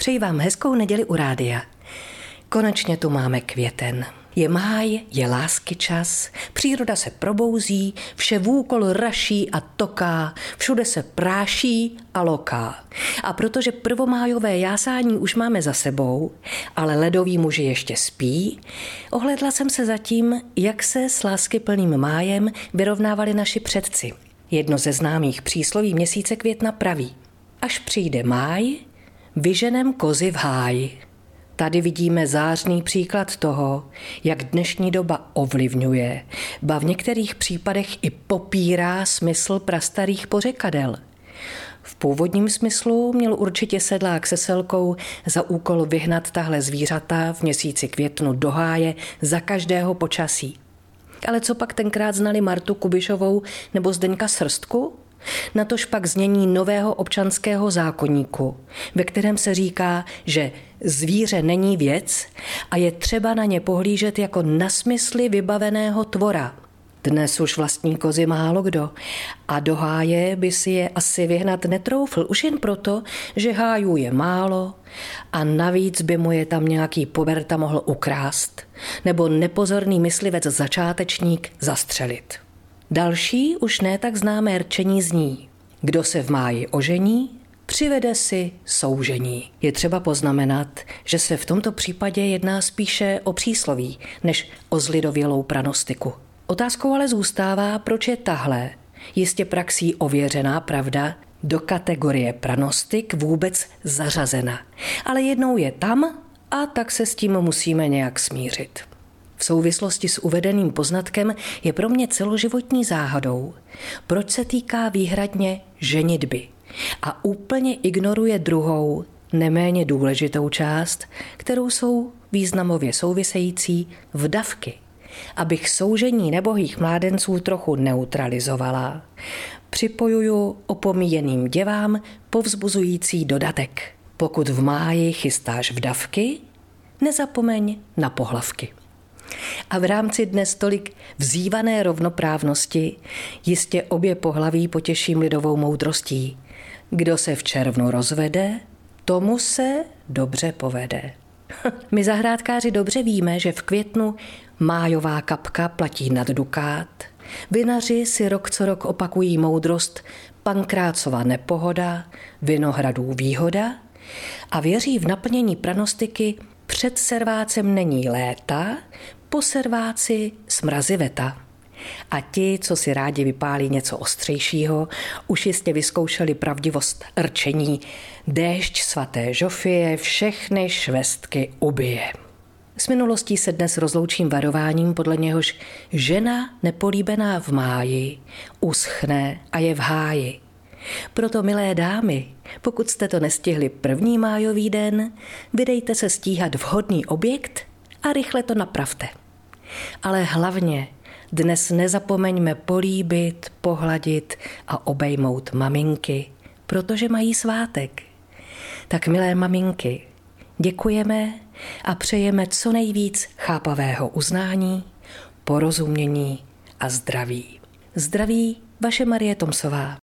Přeji vám hezkou neděli u rádia. Konečně tu máme květen. Je máj, je lásky čas, příroda se probouzí, vše vůkol raší a toká, všude se práší a loká. A protože prvomájové jásání už máme za sebou, ale ledoví muži ještě spí, ohlédla jsem se zatím, jak se s láskyplným májem vyrovnávali naši předci. Jedno ze známých přísloví měsíce května praví: až přijde máj, vyženem kozy v háji. Tady vidíme zářný příklad toho, jak dnešní doba ovlivňuje, ba v některých případech i popírá smysl prastarých pořekadel. V původním smyslu měl určitě sedlák se selkou za úkol vyhnat tahle zvířata v měsíci květnu do háje za každého počasí. Ale co pak tenkrát znali Martu Kubišovou nebo Zdeňka Srstku? Natož pak znění nového občanského zákoníku, ve kterém se říká, že zvíře není věc a je třeba na ně pohlížet jako na smysly vybaveného tvora. Dnes už vlastní kozy málo kdo a do háje by si je asi vyhnat netroufl, už jen proto, že hájů je málo a navíc by mu je tam nějaký poberta mohl ukrást nebo nepozorný myslivec začátečník zastřelit. Další, už ne tak známé rčení zní: kdo se v máji ožení, přivede si soužení. Je třeba poznamenat, že se v tomto případě jedná spíše o přísloví, než o zlidovělou pranostiku. Otázkou ale zůstává, proč je tahle, jistě praxí ověřená pravda, do kategorie pranostik vůbec zařazena. Ale jednou je tam a tak se s tím musíme nějak smířit. V souvislosti s uvedeným poznatkem je pro mě celoživotní záhadou, proč se týká výhradně ženitby a úplně ignoruje druhou, neméně důležitou část, kterou jsou významově související vdavky. Abych soužení nebohých mládenců trochu neutralizovala, připojuju opomíjeným děvám povzbuzující dodatek. Pokud v máji chystáš vdavky, nezapomeň na pohlavky. A v rámci dnes tolik vzývané rovnoprávnosti jistě obě pohlaví potěším lidovou moudrostí. Kdo se v červnu rozvede, tomu se dobře povede. My zahrádkáři dobře víme, že v květnu májová kapka platí nad dukát, vinaři si rok co rok opakují moudrost Pankrácova nepohoda, Vinohradů výhoda a věří v naplnění pranostiky před servácem není léta, po serváci smraziveta. A ti, co si rádi vypálí něco ostřejšího, už jistě vyzkoušeli pravdivost rčení: déšť svaté Žofie všechny švestky ubije. S minulostí se dnes rozloučím varováním, podle něhož žena nepolíbená v máji uschne a je v háji. Proto, milé dámy, pokud jste to nestihli první májový den, vydejte se stíhat vhodný objekt a rychle to napravte. Ale hlavně dnes nezapomeňme políbit, pohladit a obejmout maminky, protože mají svátek. Tak, milé maminky, děkujeme a přejeme co nejvíc chápavého uznání, porozumění a zdraví. Zdraví, vaše Marie Tomsová.